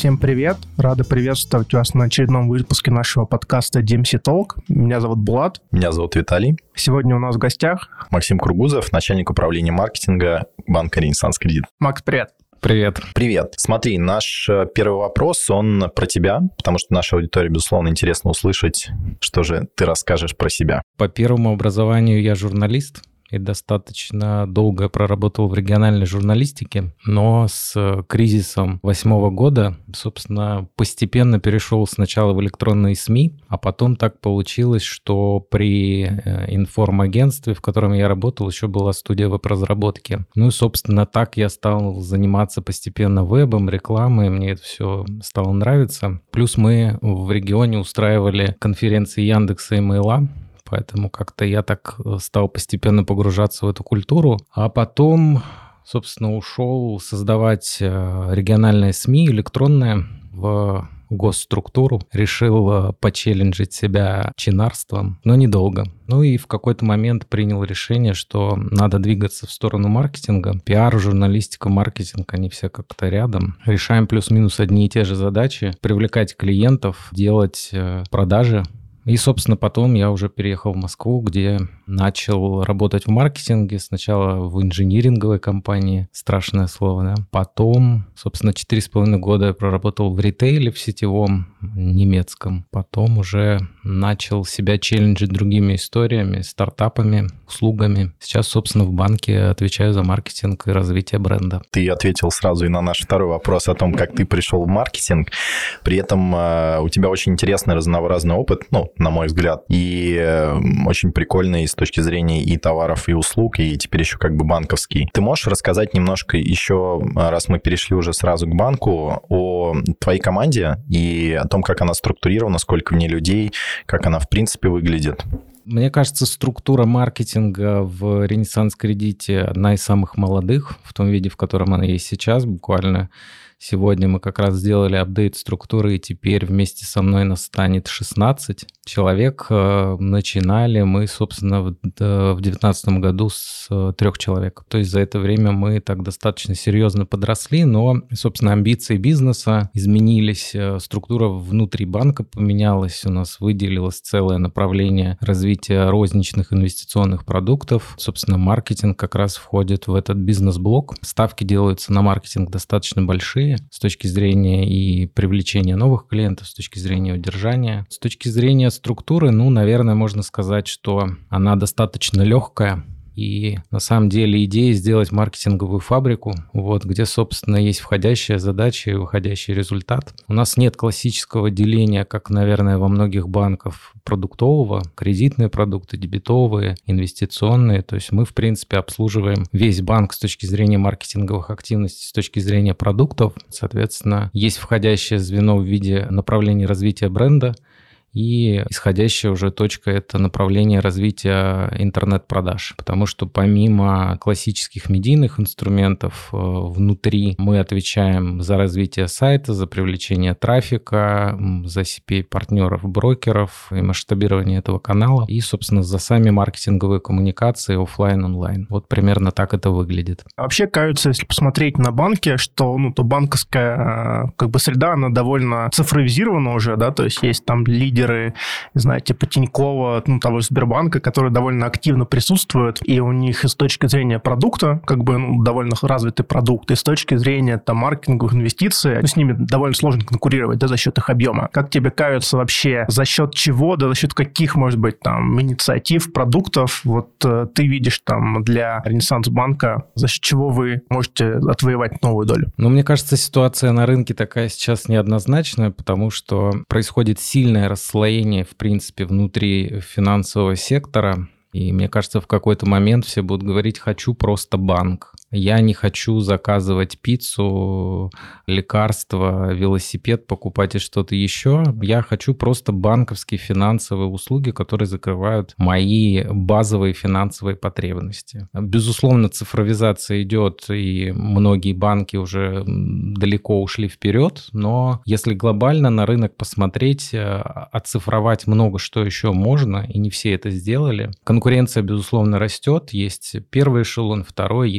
Всем привет! Рады приветствовать вас на очередном выпуске нашего подкаста DMC Talk. Меня зовут Булат. Меня зовут Виталий. Сегодня у нас в гостях Максим Кургузов, начальник управления маркетинга банка «Ренессанс Кредит». Макс, привет! Привет. Привет. Смотри, наш первый вопрос, он про тебя, потому что нашей аудитории, безусловно, интересно услышать, что же ты расскажешь про себя. По первому образованию я журналист и достаточно долго проработал в региональной журналистике, но с кризисом 2008 года, собственно, постепенно перешел сначала в электронные СМИ, а потом так получилось, что при информагентстве, в котором я работал, еще была студия веб-разработки. Ну и, собственно, так я стал заниматься постепенно вебом, рекламой, мне это все стало нравиться. Плюс мы в регионе устраивали конференции Яндекса и Мейла, поэтому как-то я так стал постепенно погружаться в эту культуру. А потом, собственно, ушел создавать региональные СМИ, электронные, в госструктуру. Решил почелленджить себя чинарством, но недолго. Ну и в какой-то момент принял решение, что надо двигаться в сторону маркетинга. Пиар, журналистика, маркетинг, они все как-то рядом. Решаем плюс-минус одни и те же задачи. Привлекать клиентов, делать продажи. И, собственно, потом я уже переехал в Москву, где начал работать в маркетинге. Сначала в инжиниринговой компании, страшное слово, да. Потом, собственно, 4,5 года я проработал в ритейле, в сетевом немецком. Потом уже начал себя челленджить другими историями, стартапами, услугами. Сейчас, собственно, в банке отвечаю за маркетинг и развитие бренда. Ты ответил сразу и на наш второй вопрос о том, как ты пришел в маркетинг. При этом у тебя очень интересный разнообразный опыт, на мой взгляд, и очень прикольный с точки зрения и товаров, и услуг, и теперь еще как бы банковский. Ты можешь рассказать немножко еще, раз мы перешли уже сразу к банку, о твоей команде и о том, как она структурирована, сколько в ней людей, как она в принципе выглядит? Мне кажется, структура маркетинга в «Ренессанс Кредите» одна из самых молодых, в том виде, в котором она есть сейчас. Буквально сегодня мы как раз сделали апдейт структуры, и теперь вместе со мной нас станет 16 человек. Начинали мы, собственно, в 2019 году с 3 человек. То есть за это время мы так достаточно серьезно подросли, но, собственно, амбиции бизнеса изменились, структура внутри банка поменялась, у нас выделилось целое направление развития розничных инвестиционных продуктов. Собственно, маркетинг как раз входит в этот бизнес-блок. Ставки делаются на маркетинг достаточно большие с точки зрения и привлечения новых клиентов, с точки зрения удержания. С точки зрения структуры, наверное, можно сказать, что она достаточно легкая. И на самом деле идея сделать маркетинговую фабрику, где, собственно, есть входящая задача и выходящий результат. У нас нет классического деления, как, наверное, во многих банках, продуктового, кредитные продукты, дебетовые, инвестиционные. То есть мы, в принципе, обслуживаем весь банк с точки зрения маркетинговых активностей, с точки зрения продуктов. Соответственно, есть входящее звено в виде направления развития бренда, и исходящая уже точка – это направление развития интернет-продаж. Потому что помимо классических медийных инструментов, внутри мы отвечаем за развитие сайта, за привлечение трафика, за CPA-партнеров, брокеров и масштабирование этого канала. И, собственно, за сами маркетинговые коммуникации офлайн-онлайн. Вот примерно так это выглядит. Вообще, кажется, если посмотреть на банки, что то банковская среда, она довольно цифровизирована уже, да, то есть есть там лидеры, знаете, по Тинькова, того же Сбербанка, которые довольно активно присутствуют, и у них и с точки зрения продукта, довольно развитый продукт, и с точки зрения маркетинговых инвестиций, с ними довольно сложно конкурировать, да, за счет их объема. Как тебе кажется вообще, за счет чего, да, за счет каких, может быть, инициатив, продуктов, ты видишь для Ренессанс-банка, за счет чего вы можете отвоевать новую долю? Мне кажется, ситуация на рынке такая сейчас неоднозначная, потому что происходит сильное расслоение, в принципе, внутри финансового сектора. И мне кажется, в какой-то момент все будут говорить: хочу просто банк. Я не хочу заказывать пиццу, лекарства, велосипед, покупать и что-то еще. Я хочу просто банковские финансовые услуги, которые закрывают мои базовые финансовые потребности. Безусловно, цифровизация идет, и многие банки уже далеко ушли вперед, но если глобально на рынок посмотреть, оцифровать много что еще можно, и не все это сделали. Конкуренция, безусловно, растет. Есть первый эшелон, второй, есть третий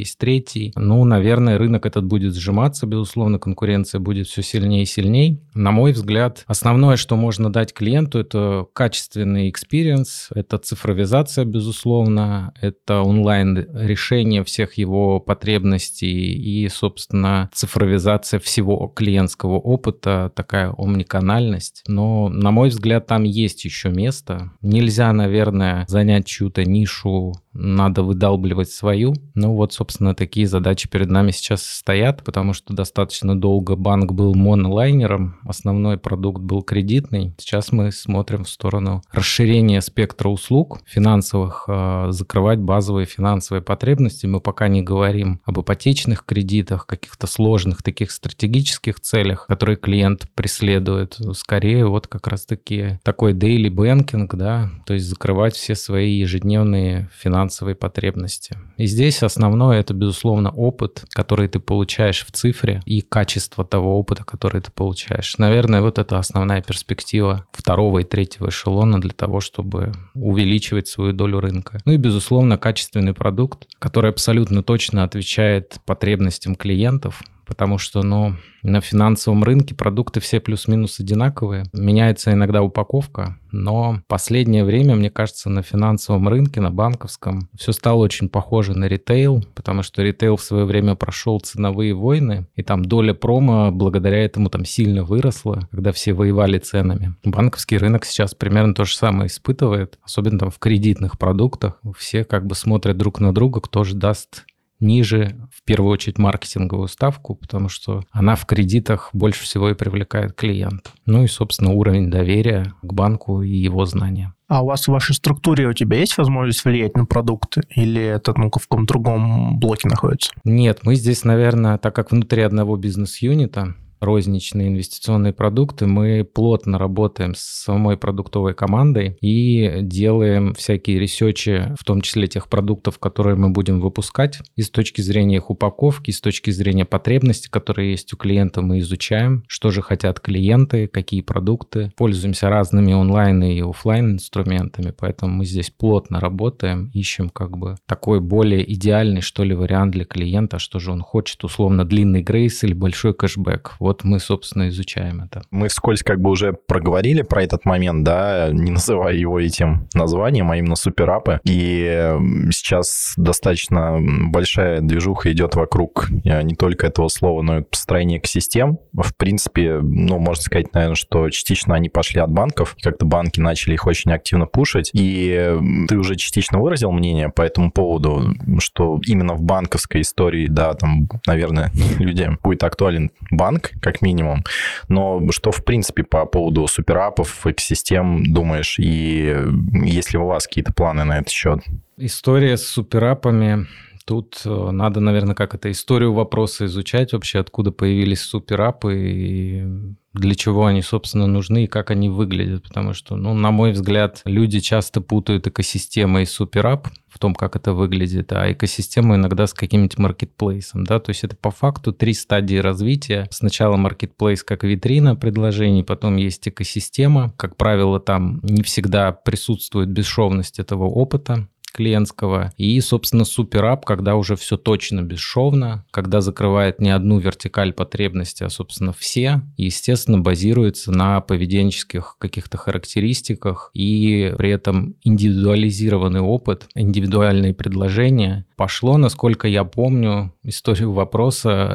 соцсетей. Ну, наверное, рынок этот будет сжиматься, безусловно, конкуренция будет все сильнее и сильнее. На мой взгляд, основное, что можно дать клиенту, это качественный экспириенс, это цифровизация, безусловно, это онлайн-решение всех его потребностей и, собственно, цифровизация всего клиентского опыта, такая омниканальность. Но, на мой взгляд, там есть еще место. Нельзя, наверное, занять чью-то нишу, надо выдалбливать свою. Ну вот, собственно, такие задачи перед нами сейчас стоят, потому что достаточно долго банк был монолайнером, основной продукт был кредитный. Сейчас мы смотрим в сторону расширения спектра услуг финансовых, закрывать базовые финансовые потребности. Мы пока не говорим об ипотечных кредитах, каких-то сложных таких стратегических целях, которые клиент преследует. Скорее вот как раз-таки такой daily banking, да, то есть закрывать все свои ежедневные финансовые потребности. И здесь основное это, безусловно, опыт, который ты получаешь в цифре, и качество того опыта, который ты получаешь. Наверное, вот это основная перспектива второго и третьего эшелона для того, чтобы увеличивать свою долю рынка. Ну и, безусловно, качественный продукт, который абсолютно точно отвечает потребностям клиентов, потому что, на финансовом рынке продукты все плюс-минус одинаковые. Меняется иногда упаковка, но в последнее время, мне кажется, на финансовом рынке, на банковском, все стало очень похоже на ритейл, потому что ритейл в свое время прошел ценовые войны, и там доля промо благодаря этому там сильно выросла, когда все воевали ценами. Банковский рынок сейчас примерно то же самое испытывает, особенно там в кредитных продуктах. Все как бы смотрят друг на друга, кто же даст ниже, в первую очередь, маркетинговую ставку, потому что она в кредитах больше всего и привлекает клиента. Ну и, собственно, уровень доверия к банку и его знания. А у вас в вашей структуре у тебя есть возможность влиять на продукты? Или это в каком-то другом блоке находится? Нет, мы здесь, наверное, так как внутри одного бизнес-юнита, розничные инвестиционные продукты, мы плотно работаем с самой продуктовой командой и делаем всякие ресерчи, в том числе тех продуктов, которые мы будем выпускать. И с точки зрения их упаковки, и с точки зрения потребностей, которые есть у клиента, мы изучаем, что же хотят клиенты, какие продукты. Пользуемся разными онлайн и офлайн инструментами, поэтому мы здесь плотно работаем, ищем как бы такой более идеальный, что ли, вариант для клиента, что же он хочет, условно, длинный грейс или большой кэшбэк. Вот мы, собственно, изучаем это. Мы вскользь как бы уже проговорили про этот момент, да, не называя его этим названием, а именно суперапы. И сейчас достаточно большая движуха идет вокруг не только этого слова, но и построения экосистем. В принципе, можно сказать, наверное, что частично они пошли от банков, и как-то банки начали их очень активно пушить. И ты уже частично выразил мнение по этому поводу, что именно в банковской истории, да, там, наверное, людям будет актуален банк, как минимум. Но что, в принципе, по поводу суперапов, экосистем думаешь? И есть ли у вас какие-то планы на этот счет? История с суперапами. Тут надо, наверное, историю вопроса изучать вообще, откуда появились суперапы и для чего они, собственно, нужны и как они выглядят. Потому что, на мой взгляд, люди часто путают экосистему и суперап в том, как это выглядит, а экосистему иногда с каким-нибудь маркетплейсом. Да? То есть это по факту 3 стадии развития. Сначала маркетплейс как витрина предложений, потом есть экосистема. Как правило, там не всегда присутствует бесшовность этого опыта клиентского. И, собственно, суперап, когда уже все точно бесшовно, когда закрывает не одну вертикаль потребностей, а, собственно, все, и, естественно, базируется на поведенческих каких-то характеристиках, и при этом индивидуализированный опыт, индивидуальные предложения. Пошло, насколько я помню, историю вопроса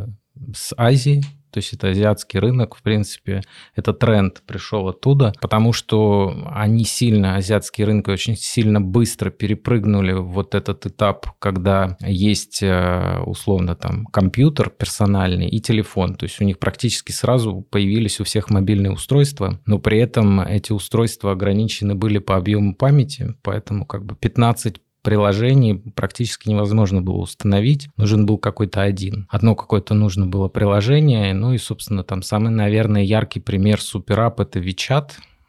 с Азии. То есть это азиатский рынок, в принципе, этот тренд пришел оттуда, потому что они азиатские рынки очень сильно быстро перепрыгнули вот этот этап, когда есть, условно, там, компьютер персональный и телефон. То есть у них практически сразу появились у всех мобильные устройства, но при этом эти устройства ограничены были по объему памяти, поэтому 15 приложений практически невозможно было установить. Нужен был какой-то один. Одно какое-то нужно было приложение. И, собственно, там самый, наверное, яркий пример суперап – это WeChat.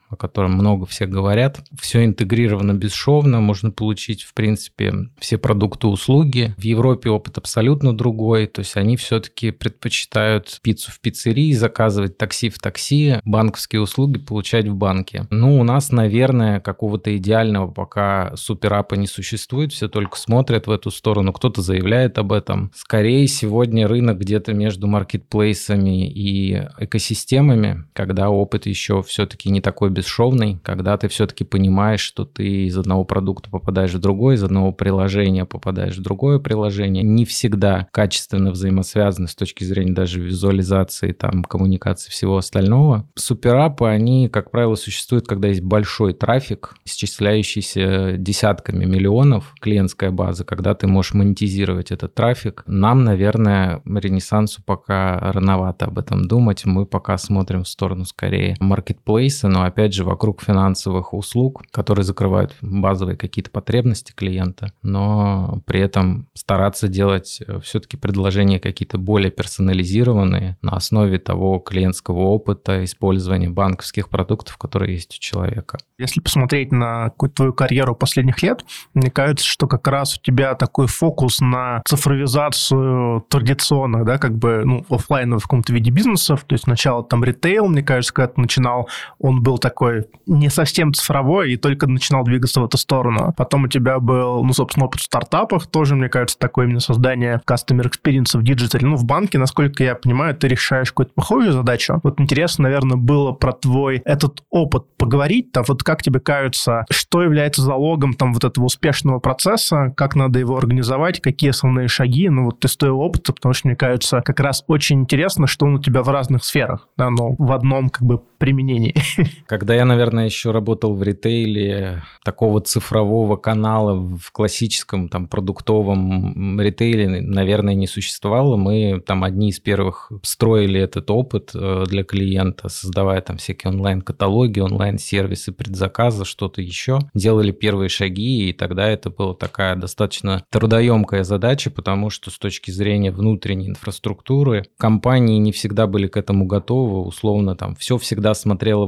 о котором много все говорят. Все интегрировано бесшовно, можно получить, в принципе, все продукты, услуги. В Европе опыт абсолютно другой, то есть они все-таки предпочитают пиццу в пиццерии, заказывать такси в такси, банковские услуги получать в банке. У нас, наверное, какого-то идеального пока суперапа не существует, все только смотрят в эту сторону, кто-то заявляет об этом. Скорее, сегодня рынок где-то между маркетплейсами и экосистемами, когда опыт еще все-таки не такой бесшовный, когда ты все-таки понимаешь, что ты из одного продукта попадаешь в другой, из одного приложения попадаешь в другое приложение, не всегда качественно взаимосвязаны с точки зрения даже визуализации, там, коммуникации, всего остального. Суперапы, они, как правило, существуют, когда есть большой трафик, исчисляющийся десятками миллионов, клиентская база, когда ты можешь монетизировать этот трафик. Нам, наверное, Ренессансу пока рановато об этом думать. Мы пока смотрим в сторону скорее маркетплейса, но опять же вокруг финансовых услуг, которые закрывают базовые какие-то потребности клиента, но при этом стараться делать все-таки предложения какие-то более персонализированные на основе того клиентского опыта, использования банковских продуктов, которые есть у человека. Если посмотреть на какую-то твою карьеру последних лет, мне кажется, что как раз у тебя такой фокус на цифровизацию традиционных, да, как бы, офлайновых в каком-то виде бизнесов. То есть сначала там ритейл, мне кажется, когда ты начинал, он был такой не совсем цифровой и только начинал двигаться в эту сторону. Потом у тебя был, собственно, опыт в стартапах, тоже, мне кажется, такое именно создание customer experience в диджитале. В банке, насколько я понимаю, ты решаешь какую-то похожую задачу. Вот интересно, наверное, было про твой этот опыт поговорить, там, вот как тебе кажется, что является залогом там вот этого успешного процесса, как надо его организовать, какие основные шаги, вот из твоего опыта, потому что, мне кажется, как раз очень интересно, что он у тебя в разных сферах, да, но в одном как бы применении. Когда я, наверное, еще работал в ритейле, такого цифрового канала в классическом там продуктовом ритейле, наверное, не существовало. Мы там одни из первых строили этот опыт для клиента, создавая там всякие онлайн-каталоги, онлайн-сервисы предзаказа, что-то еще. Делали первые шаги, и тогда это была такая достаточно трудоемкая задача, потому что с точки зрения внутренней инфраструктуры компании не всегда были к этому готовы. Условно, там все всегда смотрело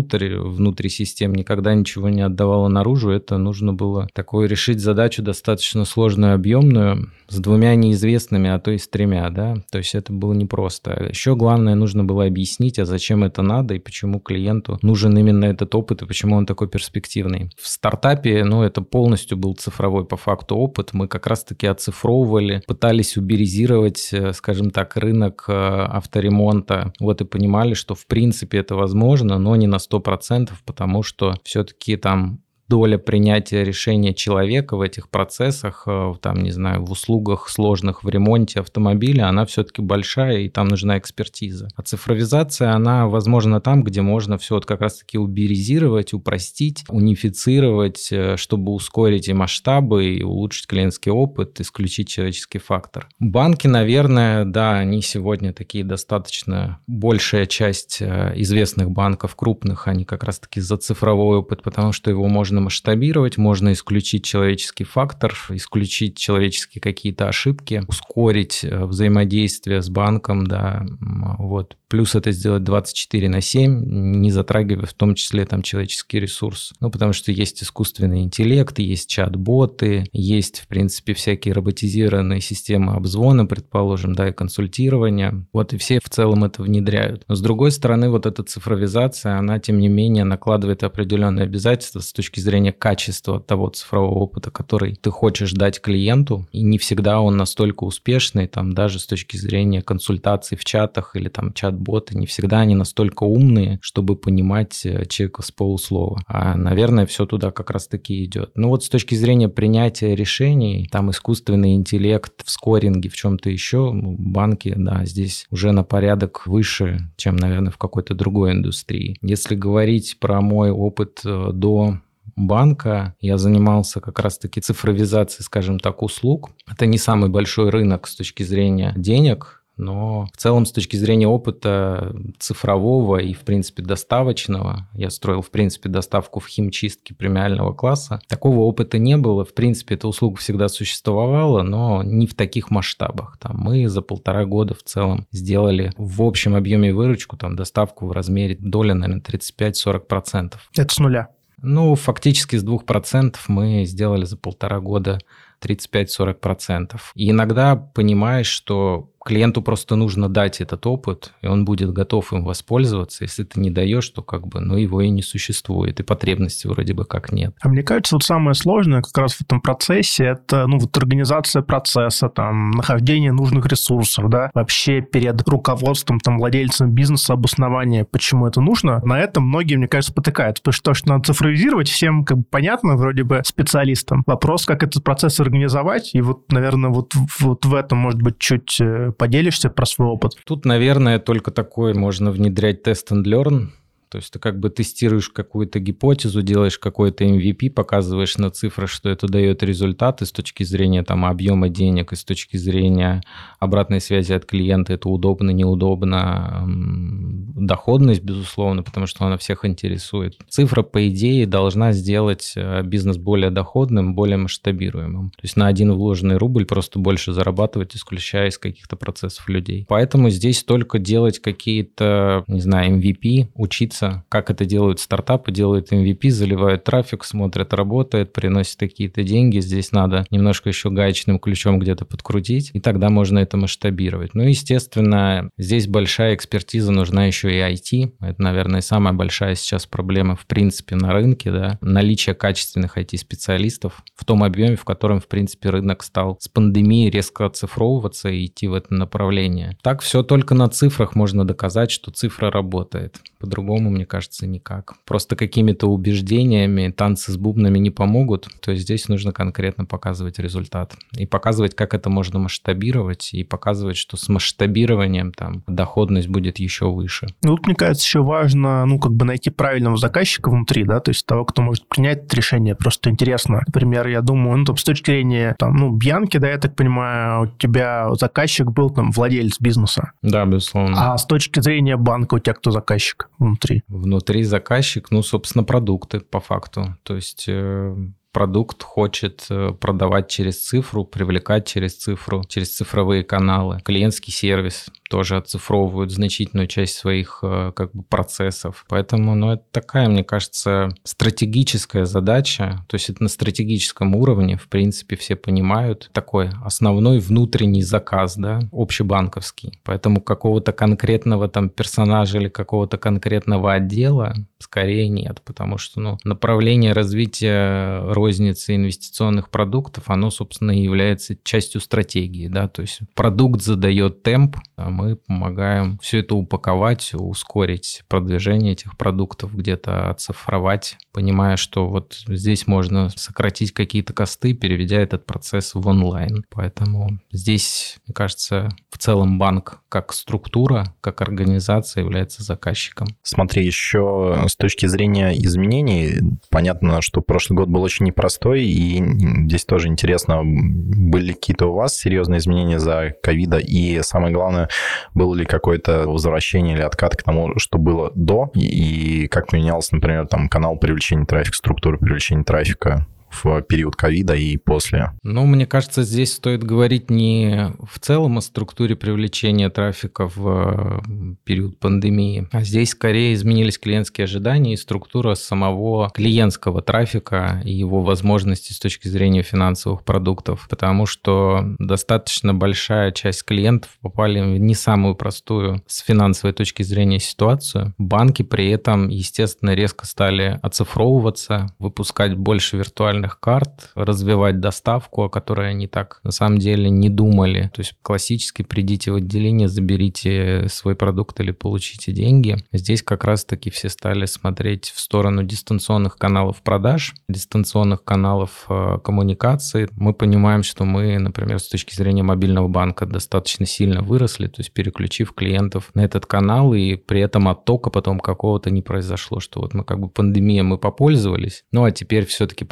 внутри систем, никогда ничего не отдавало наружу. Это нужно было такое решить задачу достаточно сложную, объемную, с 2 неизвестными, а то и с 3, да. То есть это было непросто. Еще главное, нужно было объяснить, а зачем это надо и почему клиенту нужен именно этот опыт и почему он такой перспективный. В стартапе, это полностью был цифровой по факту опыт. Мы как раз-таки оцифровывали, пытались уберизировать, скажем так, рынок авторемонта. И понимали, что в принципе это возможно, но не на 100%, потому что все-таки там доля принятия решения человека в этих процессах, там, не знаю, в услугах сложных, в ремонте автомобиля, она все-таки большая, и там нужна экспертиза. А цифровизация, она возможна там, где можно все как раз-таки уберизировать, упростить, унифицировать, чтобы ускорить и масштабы, и улучшить клиентский опыт, исключить человеческий фактор. Банки, наверное, да, они сегодня такие достаточно, большая часть известных банков крупных, они как раз-таки за цифровой опыт, потому что его можно масштабировать, можно исключить человеческий фактор, исключить человеческие какие-то ошибки, ускорить взаимодействие с банком, да, Плюс это сделать 24/7, не затрагивая в том числе там человеческий ресурс. Потому что есть искусственный интеллект, есть чат-боты, есть, в принципе, всякие роботизированные системы обзвона, предположим, да, и консультирования. И все в целом это внедряют. Но с другой стороны, эта цифровизация, она, тем не менее, накладывает определенные обязательства с точки зрения качества того цифрового опыта, который ты хочешь дать клиенту. И не всегда он настолько успешный, даже с точки зрения консультаций в чатах или чат-боты, не всегда они настолько умные, чтобы понимать человека с полуслова. А, наверное, все туда как раз-таки идет. С точки зрения принятия решений, искусственный интеллект в скоринге, в чем-то еще, банки, да, здесь уже на порядок выше, чем, наверное, в какой-то другой индустрии. Если говорить про мой опыт до банка, я занимался как раз-таки цифровизацией, скажем так, услуг. Это не самый большой рынок с точки зрения денег, Но в целом с точки зрения опыта цифрового и, в принципе, доставочного, я строил, в принципе, доставку в химчистке премиального класса, такого опыта не было. В принципе, эта услуга всегда существовала, но не в таких масштабах. Там мы за 1,5 года в целом сделали в общем объеме выручку доставку в размере доли, наверное, 35-40%. Это с нуля? Ну, фактически с 2% мы сделали за 1,5 года 35-40%. И иногда понимаешь, что клиенту просто нужно дать этот опыт, и он будет готов им воспользоваться. Если ты не даешь, то его и не существует, и потребности вроде бы как нет. А мне кажется, самое сложное как раз в этом процессе – это организация процесса, нахождение нужных ресурсов, да, вообще перед руководством, владельцем бизнеса обоснование, почему это нужно. На этом многие, мне кажется, потыкаются, потому что то, что надо цифровизировать, всем понятно, вроде бы специалистам. Вопрос, как этот процесс организовать, и наверное, в этом, может быть, чуть поделишься про свой опыт? Тут, наверное, только такой можно внедрять test and learn. То есть ты тестируешь какую-то гипотезу, делаешь какой-то MVP, показываешь на цифрах, что это дает результаты с точки зрения объема денег и с точки зрения обратной связи от клиента. Это удобно, неудобно. Доходность, безусловно, потому что она всех интересует. Цифра, по идее, должна сделать бизнес более доходным, более масштабируемым. То есть на один вложенный рубль просто больше зарабатывать, исключая из каких-то процессов людей. Поэтому здесь только делать какие-то, MVP, учиться, как это делают стартапы, делают MVP, заливают трафик, смотрят, работает, приносит какие-то деньги. Здесь надо немножко еще гаечным ключом где-то подкрутить, и тогда можно это масштабировать. Естественно, здесь большая экспертиза, нужна еще и IT. Это, наверное, самая большая сейчас проблема, в принципе, на рынке, да, наличие качественных IT-специалистов в том объеме, в котором, в принципе, рынок стал с пандемией резко оцифровываться и идти в это направление. Так все только на цифрах можно доказать, что цифра работает. По-другому, мне кажется, никак. Просто какими-то убеждениями, танцы с бубнами не помогут. То есть здесь нужно конкретно показывать результат. И показывать, как это можно масштабировать, и показывать, что с масштабированием доходность будет еще выше. Тут, мне кажется, еще важно, найти правильного заказчика внутри, да, то есть того, кто может принять это решение. Просто интересно. Например, я думаю, с точки зрения, Бьянки, да, я так понимаю, у тебя заказчик был владелец бизнеса. Да, безусловно. А с точки зрения банка у тебя кто заказчик внутри? Внутри заказчик, собственно, продукты по факту. То есть продукт хочет продавать через цифру, привлекать через цифру, через цифровые каналы. Клиентский сервис тоже оцифровывают значительную часть своих процессов. Поэтому, это такая, мне кажется, стратегическая задача. То есть это на стратегическом уровне, в принципе, все понимают. Такой основной внутренний заказ, да, общебанковский. Поэтому какого-то конкретного персонажа или какого-то конкретного отдела скорее нет, потому что направление развития розницы инвестиционных продуктов, оно, собственно, и является частью стратегии. Да? То есть продукт задает темп, а мы помогаем все это упаковать, ускорить продвижение этих продуктов, где-то оцифровать, понимая, что здесь можно сократить какие-то косты, переведя этот процесс в онлайн. Поэтому здесь, мне кажется, в целом банк как структура, как организация является заказчиком. Смотри, еще с точки зрения изменений, понятно, что прошлый год был очень непростой, и здесь тоже интересно, были ли какие-то у вас серьезные изменения за ковида, и самое главное, было ли какое-то возвращение или откат к тому, что было до, и как менялся, например, канал привлечения трафика, структура привлечения трафика в период ковида и после? Мне кажется, здесь стоит говорить не в целом о структуре привлечения трафика в период пандемии, а здесь скорее изменились клиентские ожидания и структура самого клиентского трафика и его возможностей с точки зрения финансовых продуктов, потому что достаточно большая часть клиентов попали в не самую простую с финансовой точки зрения ситуацию. Банки при этом, естественно, резко стали оцифровываться, выпускать больше виртуальных карт, развивать доставку, о которой они так на самом деле не думали. То есть классически придите в отделение, заберите свой продукт или получите деньги. Здесь как раз-таки все стали смотреть в сторону дистанционных каналов продаж, дистанционных каналов коммуникации. Мы понимаем, что мы, например, с точки зрения мобильного банка достаточно сильно выросли, то есть переключив клиентов на этот канал, и при этом оттока потом какого-то не произошло, что мы пандемия мы попользовались, а теперь все-таки пойдем с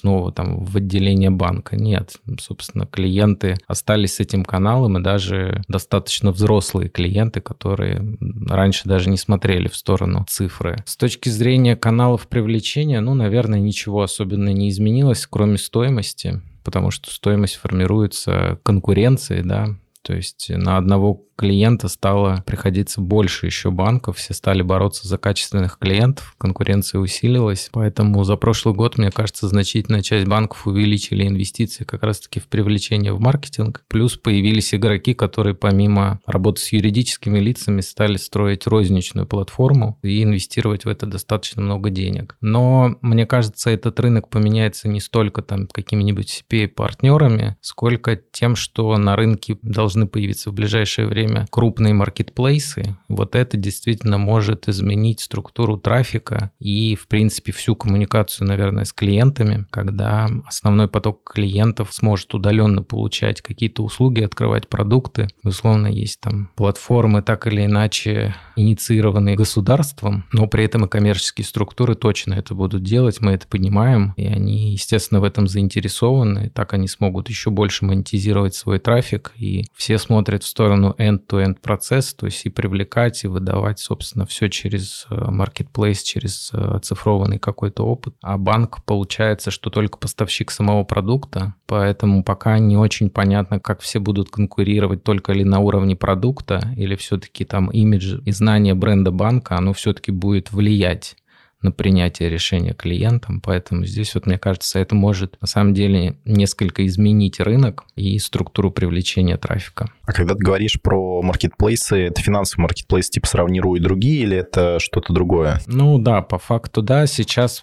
снова там в отделение банка. Нет, собственно, клиенты остались с этим каналом, и даже достаточно взрослые клиенты, которые раньше даже не смотрели в сторону цифры. С точки зрения каналов привлечения, наверное, ничего особенно не изменилось, кроме стоимости, потому что стоимость формируется конкуренцией, да, то есть на одного клиента стало приходиться больше еще банков, все стали бороться за качественных клиентов, конкуренция усилилась, поэтому за прошлый год, мне кажется, значительная часть банков увеличили инвестиции как раз-таки в привлечение в маркетинг, плюс появились игроки, которые помимо работы с юридическими лицами стали строить розничную платформу и инвестировать в это достаточно много денег. Но, мне кажется, этот рынок поменяется не столько там какими-нибудь CPA-партнерами, сколько тем, что на рынке должны появиться в ближайшее время крупные маркетплейсы. Вот это действительно может изменить структуру трафика и, в принципе, всю коммуникацию, наверное, с клиентами, когда основной поток клиентов сможет удаленно получать какие-то услуги, открывать продукты. Безусловно, есть там платформы, так или иначе инициированные государством, но при этом и коммерческие структуры точно это будут делать, мы это понимаем, и они, естественно, в этом заинтересованы, так они смогут еще больше монетизировать свой трафик, и все смотрят в сторону end-to-end процесс, то есть и привлекать, и выдавать, собственно, все через marketplace, через оцифрованный какой-то опыт. А банк, получается, что только поставщик самого продукта, поэтому пока не очень понятно, как все будут конкурировать, только ли на уровне продукта, или все-таки там имидж и знание бренда банка, оно все-таки будет влиять на принятие решения клиентам, поэтому здесь вот, мне кажется, это может на самом деле несколько изменить рынок и структуру привлечения трафика. А когда ты говоришь про маркетплейсы, это финансовый маркетплейс типа «Сравнируй другие» или это что-то другое? Да, по факту, да, сейчас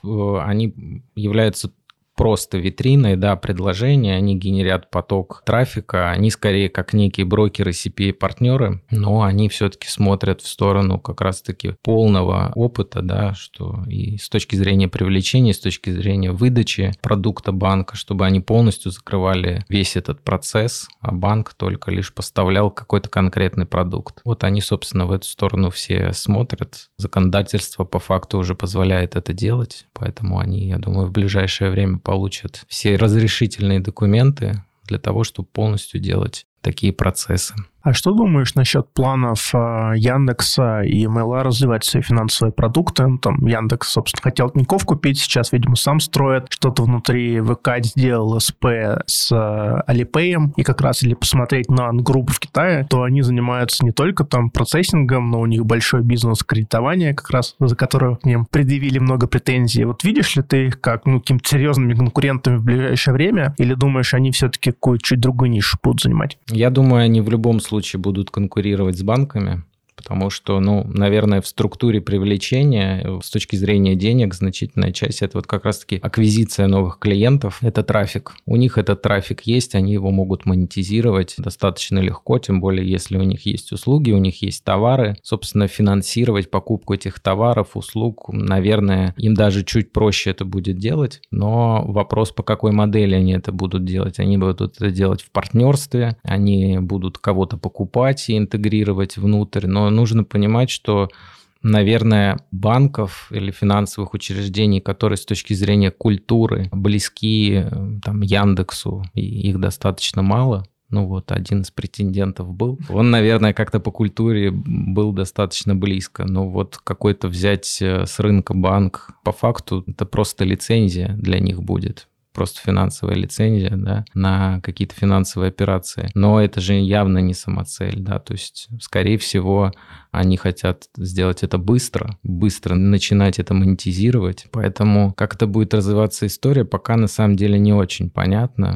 они являются просто витриной, да, предложения, они генерят поток трафика, они скорее как некие брокеры, CPA-партнеры, но они все-таки смотрят в сторону как раз-таки полного опыта, да, что и с точки зрения привлечения, с точки зрения выдачи продукта банка, чтобы они полностью закрывали весь этот процесс, а банк только лишь поставлял какой-то конкретный продукт. Вот они, собственно, в эту сторону все смотрят. Законодательство по факту уже позволяет это делать, поэтому они, я думаю, в ближайшее время получат все разрешительные документы для того, чтобы полностью делать такие процессы. А что думаешь насчет планов Яндекса и Mail.ru развивать свои финансовые продукты? Там Яндекс, собственно, хотел Тинькофф купить, сейчас, видимо, сам строит. Что-то внутри ВК сделал СП с Alipay. И как раз, если посмотреть на Ant Group в Китае, то они занимаются не только там процессингом, но у них большой бизнес кредитования, как раз за которого к ним предъявили много претензий. Вот видишь ли ты их как какими-то серьезными конкурентами в ближайшее время? Или думаешь, они все-таки какую-то чуть другую нишу будут занимать? Я думаю, они в любом случае будут конкурировать с банками, потому что, наверное, в структуре привлечения с точки зрения денег значительная часть – это вот как раз-таки аквизиция новых клиентов, это трафик. У них этот трафик есть, они его могут монетизировать достаточно легко, тем более если у них есть услуги, у них есть товары. Собственно, финансировать покупку этих товаров, услуг, наверное, им даже чуть проще это будет делать, но вопрос, по какой модели они это будут делать. Они будут это делать в партнерстве, они будут кого-то покупать и интегрировать внутрь, но нужно понимать, что, наверное, банков или финансовых учреждений, которые с точки зрения культуры близки там, Яндексу, и их достаточно мало. Один из претендентов был. Он, наверное, как-то по культуре был достаточно близко. Но вот какой-то взять с рынка банк, по факту, это просто лицензия для них будет. Просто финансовая лицензия, да, на какие-то финансовые операции. Но это же явно не самоцель, да, то есть, скорее всего, они хотят сделать это быстро начинать это монетизировать. Поэтому как это будет развиваться история, пока на самом деле не очень понятно.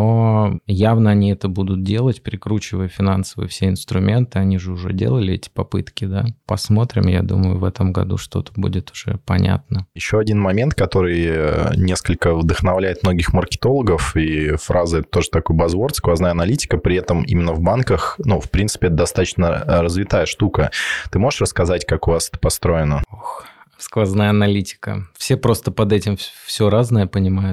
Но явно они это будут делать, прикручивая финансовые все инструменты. Они же уже делали эти попытки, да. Посмотрим, я думаю, в этом году что-то будет уже понятно. Еще один момент, который несколько вдохновляет многих маркетологов, и фраза это тоже такой базворд, сквозная аналитика, при этом именно в банках, в принципе, это достаточно развитая штука. Ты можешь рассказать, как у вас это построено? Сквозная аналитика. Все просто под этим все разное понимают.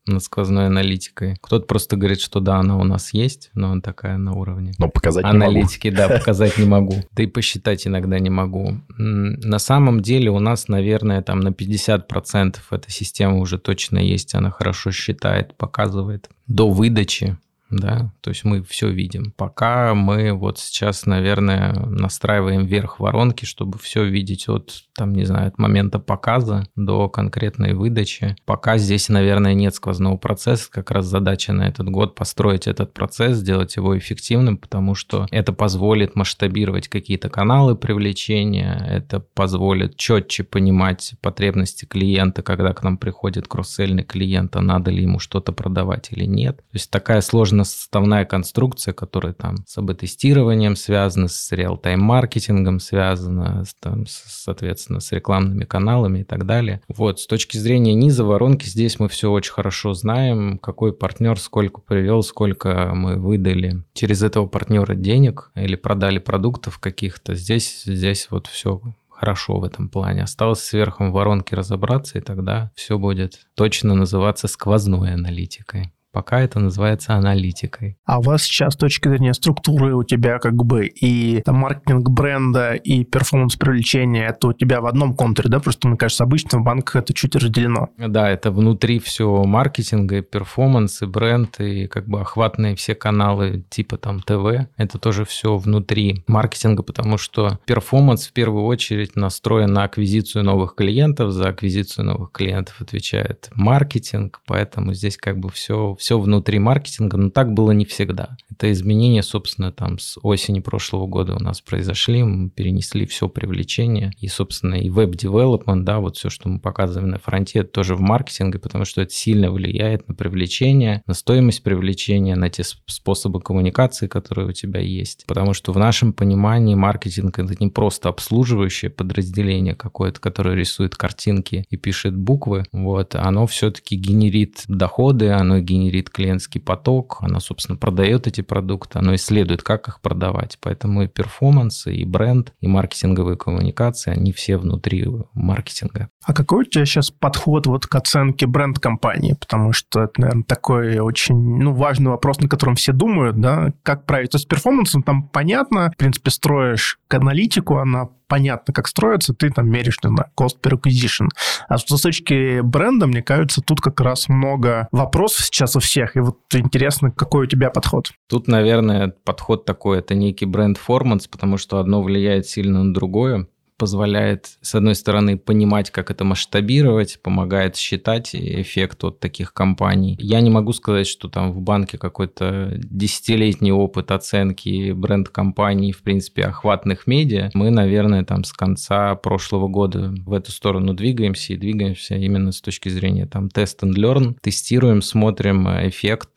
над сквозной аналитикой. Кто-то просто говорит, что да, она у нас есть, но она такая на уровне. Но показать аналитики, не могу. Да, показать не могу. Да и посчитать иногда не могу. На самом деле у нас, наверное, там на 50% эта система уже точно есть, она хорошо считает, показывает до выдачи. Да, то есть мы все видим. Пока мы вот сейчас, наверное, настраиваем вверх воронки, чтобы все видеть от, там, не знаю, от момента показа до конкретной выдачи. Пока здесь, наверное, нет сквозного процесса. Как раз задача на этот год построить этот процесс, сделать его эффективным, потому что это позволит масштабировать какие-то каналы привлечения, это позволит четче понимать потребности клиента, когда к нам приходит кросс-селльный клиент, а надо ли ему что-то продавать или нет. То есть такая сложная составная конструкция, которая там с АБ-тестированием связана, с реал-тайм-маркетингом связана, соответственно, с рекламными каналами и так далее. Вот, с точки зрения низа воронки, здесь мы все очень хорошо знаем, какой партнер сколько привел, сколько мы выдали через этого партнера денег или продали продуктов каких-то. Здесь вот все хорошо в этом плане. Осталось с верхом воронки разобраться, и тогда все будет точно называться сквозной аналитикой. Пока это называется аналитикой. А у вас сейчас с точки зрения структуры у тебя как бы и там, маркетинг бренда, и перформанс привлечения, это у тебя в одном контуре, да? Просто, мне кажется, обычно в банках это чуть разделено. Да, это внутри все маркетинга, и перформанс, и бренд, и как бы охватные все каналы типа там ТВ. Это тоже все внутри маркетинга, потому что перформанс в первую очередь настроен на аквизицию новых клиентов. За аквизицию новых клиентов отвечает маркетинг, поэтому здесь как бы все внутри маркетинга, но так было не всегда. Это изменения, собственно, там с осени прошлого года у нас произошли, мы перенесли все привлечение, и, собственно, и веб-девелопмент, да, вот все, что мы показываем на фронте, это тоже в маркетинге, потому что это сильно влияет на привлечение, на стоимость привлечения, на те способы коммуникации, которые у тебя есть. Потому что в нашем понимании маркетинг – это не просто обслуживающее подразделение какое-то, которое рисует картинки и пишет буквы, вот, оно все-таки генерит доходы, оно генерит клиентский поток, она, собственно, продает эти продукты, она исследует, как их продавать. Поэтому и перформанс, и бренд, и маркетинговые коммуникации, они все внутри маркетинга. А какой у тебя сейчас подход вот к оценке бренд-компании? Потому что это, наверное, такой очень важный вопрос, на котором все думают, да, как править. То есть с перформансом там понятно, в принципе, строишь аналитику, она понятно, как строится, ты там меришь, не знаю, cost per acquisition. А с точки бренда, мне кажется, тут как раз много вопросов сейчас у всех, и вот интересно, какой у тебя подход? Тут, наверное, подход такой, это некий бренд-форманс, потому что одно влияет сильно на другое. Позволяет, с одной стороны, понимать, как это масштабировать, помогает считать эффект от таких компаний. Я не могу сказать, что там в банке какой-то десятилетний опыт оценки бренд-компаний, в принципе, охватных медиа. Мы, наверное, там с конца прошлого года в эту сторону двигаемся двигаемся именно с точки зрения там test and learn. Тестируем, смотрим эффект,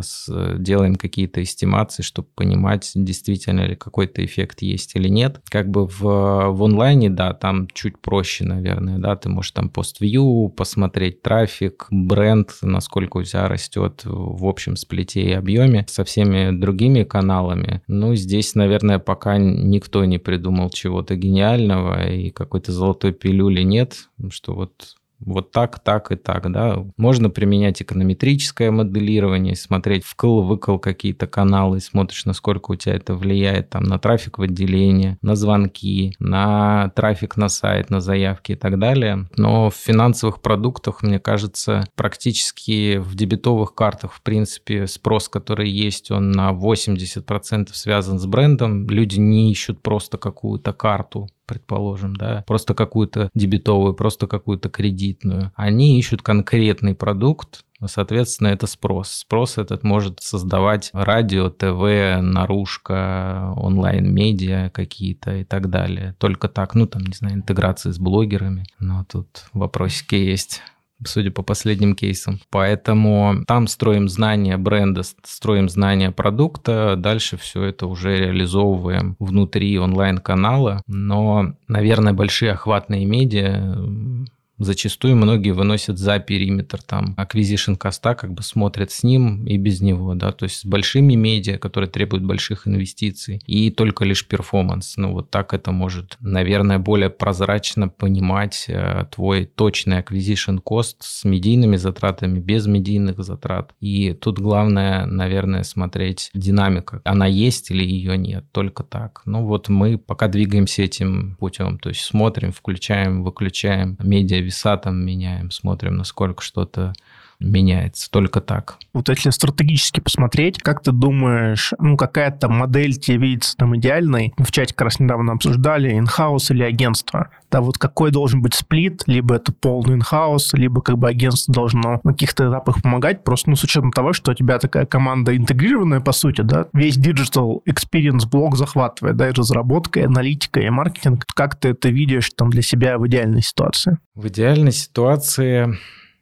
делаем какие-то эстимации, чтобы понимать, действительно ли какой-то эффект есть или нет. Как бы в онлайне, да, там чуть проще, наверное, да, ты можешь там пост-вью, посмотреть трафик, бренд, насколько у тебя растет в общем сплите и объеме со всеми другими каналами. Здесь, наверное, пока никто не придумал чего-то гениального и какой-то золотой пилюли нет, что вот так и так, да. Можно применять эконометрическое моделирование, смотреть вкл-выкл какие-то каналы, смотришь, насколько у тебя это влияет там на трафик в отделение, на звонки, на трафик на сайт, на заявки и так далее. Но в финансовых продуктах, мне кажется, практически в дебетовых картах, в принципе, спрос, который есть, он на 80% связан с брендом. Люди не ищут просто какую-то карту, предположим, да, просто какую-то дебетовую, просто какую-то кредитную. Они ищут конкретный продукт, соответственно, это спрос. Спрос этот может создавать радио, ТВ, наружка, онлайн-медиа какие-то и так далее. Только так, не знаю, интеграции с блогерами. Но тут вопросики есть, судя по последним кейсам. Поэтому там строим знания бренда, строим знания продукта, дальше все это уже реализовываем внутри онлайн-канала. Но, наверное, большие охватные медиа Зачастую многие выносят за периметр там acquisition коста, как бы смотрят с ним и без него, да, то есть с большими медиа, которые требуют больших инвестиций, и только лишь перформанс. Ну, вот так это может, наверное, более прозрачно понимать твой точный acquisition cost с медийными затратами, без медийных затрат. И тут главное, наверное, смотреть динамика. Она есть или ее нет, только так. Ну, вот мы пока двигаемся этим путем, то есть смотрим, включаем, выключаем, медиа-веса там меняем, смотрим, насколько что-то меняется. Только так. Вот если стратегически посмотреть, как ты думаешь, какая-то модель тебе видится там идеальной? В чате как раз недавно обсуждали, in-house или агентство. Да, вот какой должен быть сплит? Либо это полный in-house, либо как бы агентство должно на каких-то этапах помогать. Просто с учетом того, что у тебя такая команда интегрированная, по сути, да, весь digital experience блок захватывает, да, и разработка, и аналитика, и маркетинг. Как ты это видишь там для себя в идеальной ситуации? В идеальной ситуации...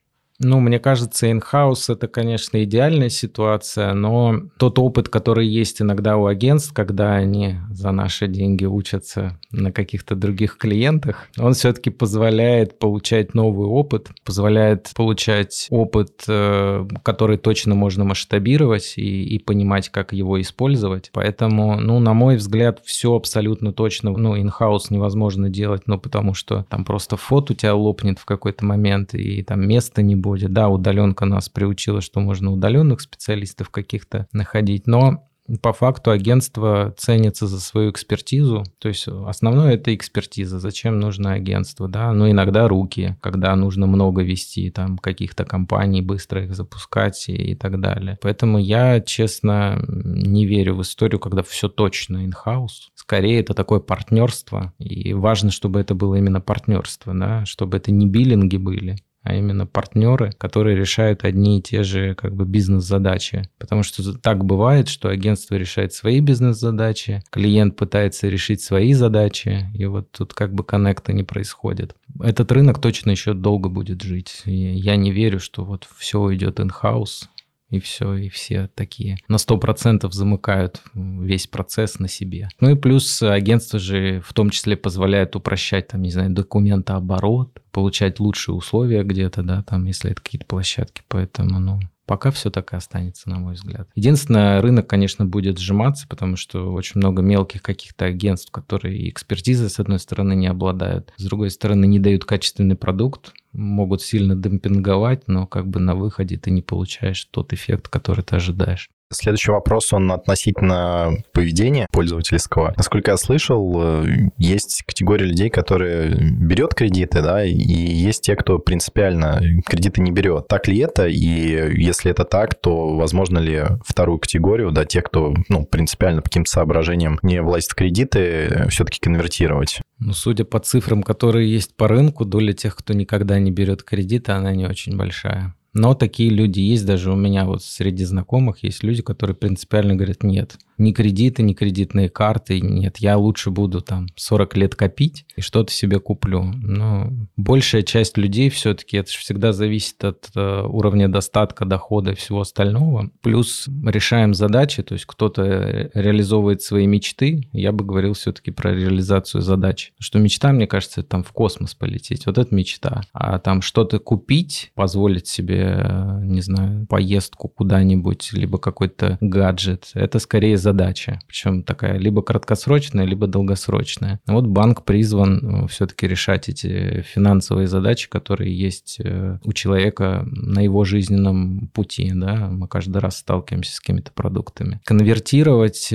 мне кажется, in-house – это, конечно, идеальная ситуация, но тот опыт, который есть иногда у агентств, когда они за наши деньги учатся на каких-то других клиентах, он все-таки позволяет получать новый опыт, позволяет получать опыт, который точно можно масштабировать и понимать, как его использовать. Поэтому, на мой взгляд, все абсолютно точно, in-house невозможно делать, потому что там просто фот у тебя лопнет в какой-то момент, и там места не будет. Да, удаленка нас приучила, что можно удаленных специалистов каких-то находить, но по факту агентство ценится за свою экспертизу. То есть основное – это экспертиза. Зачем нужно агентство? Да? Иногда руки, когда нужно много вести, там, каких-то компаний, быстро их запускать и так далее. Поэтому я, честно, не верю в историю, когда все точно in-house. Скорее, это такое партнерство. И важно, чтобы это было именно партнерство, да? Чтобы это не биллинги были, а именно партнеры, которые решают одни и те же бизнес-задачи. Потому что так бывает, что агентство решает свои бизнес-задачи, клиент пытается решить свои задачи, и вот тут коннекта не происходит. Этот рынок точно еще долго будет жить. И я не верю, что вот все уйдет in-house, и все, и все такие на 100% замыкают весь процесс на себе. И плюс агентство же в том числе позволяет упрощать, документооборот, получать лучшие условия где-то, да, если это какие-то площадки. Поэтому, пока все так и останется, на мой взгляд. Единственное, рынок, конечно, будет сжиматься, потому что очень много мелких каких-то агентств, которые экспертизой, с одной стороны, не обладают, с другой стороны, не дают качественный продукт, могут сильно демпинговать, но на выходе ты не получаешь тот эффект, который ты ожидаешь. Следующий вопрос, он относительно поведения пользовательского. Насколько я слышал, есть категория людей, которые берет кредиты, да, и есть те, кто принципиально кредиты не берет. Так ли это? И если это так, то возможно ли вторую категорию, да, те, кто, принципиально по каким-то соображениям не влазит в кредиты, все-таки конвертировать? Судя по цифрам, которые есть по рынку, доля тех, кто никогда не берет кредиты, она не очень большая. Но такие люди есть, даже у меня среди знакомых есть люди, которые принципиально говорят: нет, ни кредиты, ни кредитные карты, нет, я лучше буду 40 лет копить и что-то себе куплю. Но большая часть людей все-таки, это же всегда зависит от уровня достатка, дохода и всего остального. Плюс решаем задачи, то есть кто-то реализовывает свои мечты, я бы говорил все-таки про реализацию задач. Что мечта, мне кажется, это в космос полететь, вот это мечта. А что-то купить, позволить себе, не знаю, поездку куда-нибудь, либо какой-то гаджет, это скорее задача. Причем такая либо краткосрочная, либо долгосрочная. Вот банк призван все-таки решать эти финансовые задачи, которые есть у человека на его жизненном пути. Да? Мы каждый раз сталкиваемся с какими-то продуктами. Конвертировать,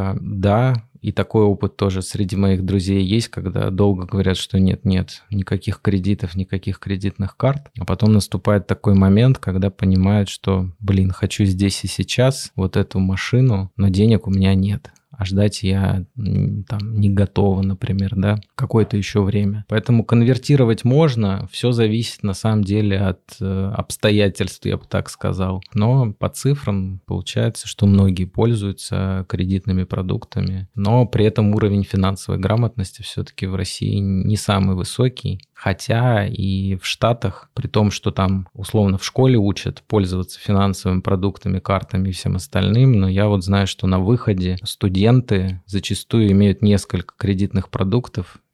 да, и такой опыт тоже среди моих друзей есть, когда долго говорят, что нет, никаких кредитов, никаких кредитных карт. А потом наступает такой момент, когда понимают, что, хочу здесь и сейчас вот эту машину, но денег у меня нет. А ждать я не готова, например, да, какое-то еще время. Поэтому конвертировать можно, все зависит на самом деле от обстоятельств, я бы так сказал. Но по цифрам получается, что многие пользуются кредитными продуктами, но при этом уровень финансовой грамотности все-таки в России не самый высокий. Хотя и в Штатах, при том, что там условно в школе учат пользоваться финансовыми продуктами, картами и всем остальным, но я знаю, что на выходе студенты зачастую имеют несколько кредитных продуктов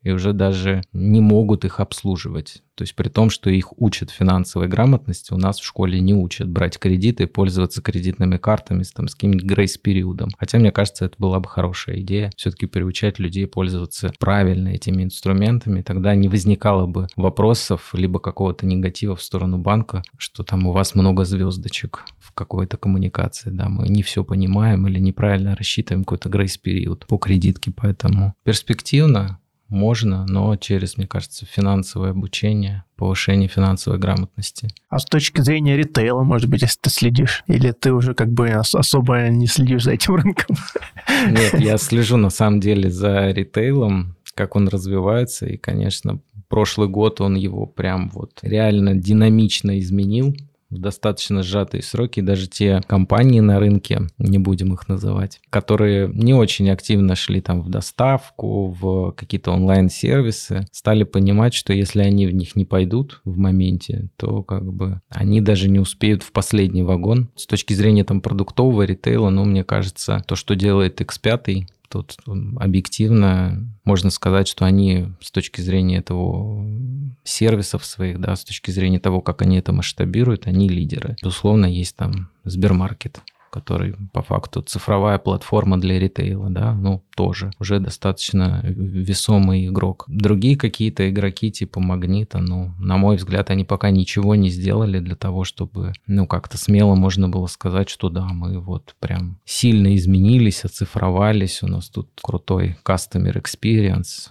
и уже даже не могут их обслуживать. То есть при том, что их учат финансовой грамотности, у нас в школе не учат брать кредиты и пользоваться кредитными картами с каким-нибудь грейс-периодом. Хотя, мне кажется, это была бы хорошая идея, все-таки приучать людей пользоваться правильно этими инструментами. Тогда не возникало бы вопросов, либо какого-то негатива в сторону банка, что там у вас много звездочек в какой-то коммуникации, да, мы не все понимаем или неправильно рассчитываем какой-то грейс-период по кредитке, поэтому перспективно можно, но через, мне кажется, финансовое обучение, повышение финансовой грамотности. А с точки зрения ритейла, может быть, если ты следишь, или ты уже особо не следишь за этим рынком? Нет, я слежу на самом деле за ритейлом, как он развивается, и, конечно, прошлый год он его прям реально динамично изменил в достаточно сжатые сроки. Даже те компании на рынке, не будем их называть, которые не очень активно шли в доставку, в какие-то онлайн-сервисы, стали понимать, что если они в них не пойдут в моменте, то они даже не успеют в последний вагон. С точки зрения продуктового ритейла, мне кажется, то, что делает X5, тут объективно можно сказать, что они с точки зрения этого сервисов своих, да, с точки зрения того, как они это масштабируют, они лидеры. Безусловно, есть Сбермаркет, который по факту цифровая платформа для ритейла, да, тоже уже достаточно весомый игрок. Другие какие-то игроки типа Магнита, на мой взгляд, они пока ничего не сделали для того, чтобы, как-то смело можно было сказать, что да, мы прям сильно изменились, оцифровались, у нас тут крутой customer experience.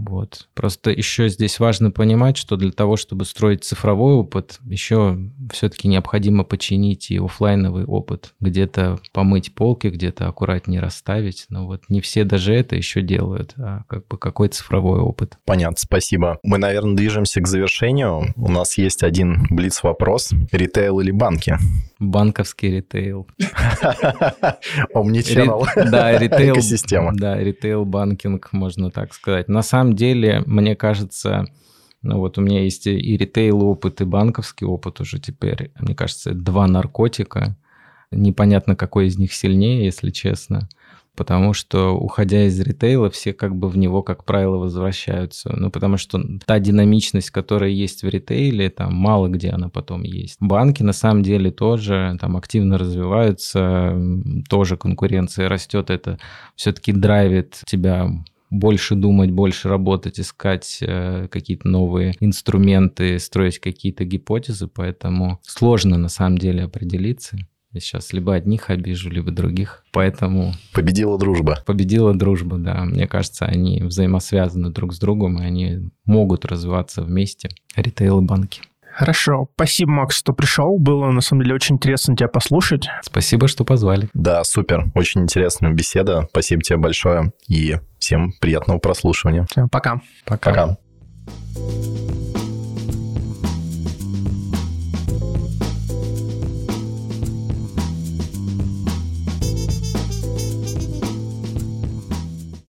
Просто еще здесь важно понимать, что для того, чтобы строить цифровой опыт, еще все-таки необходимо починить и офлайновый опыт. Где-то помыть полки, где-то аккуратнее расставить. Но не все даже это еще делают. А какой цифровой опыт? Понятно, спасибо. Мы, наверное, движемся к завершению. У нас есть один блиц-вопрос. Ритейл или банки? Банковский ритейл. Omnichannel. Да, ритейл. Экосистема. Да, ритейл-банкинг, можно так сказать. На самом деле, мне кажется, у меня есть и ритейл-опыт, и банковский опыт уже теперь. Мне кажется, это два наркотика. Непонятно, какой из них сильнее, если честно. Потому что, уходя из ритейла, все в него, как правило, возвращаются. Потому что та динамичность, которая есть в ритейле, мало где она потом есть. Банки, на самом деле, тоже активно развиваются, тоже конкуренция растет. Это все-таки драйвит тебя больше думать, больше работать, искать какие-то новые инструменты, строить какие-то гипотезы. Поэтому сложно, на самом деле, определиться. Я сейчас либо одних обижу, либо других. Поэтому... Победила дружба. Победила дружба, да. Мне кажется, они взаимосвязаны друг с другом, и они могут развиваться вместе, ритейл и банки. Хорошо. Спасибо, Макс, что пришел. Было, на самом деле, очень интересно тебя послушать. Спасибо, что позвали. Да, супер. Очень интересная беседа. Спасибо тебе большое. И всем приятного прослушивания. Всем пока. Пока.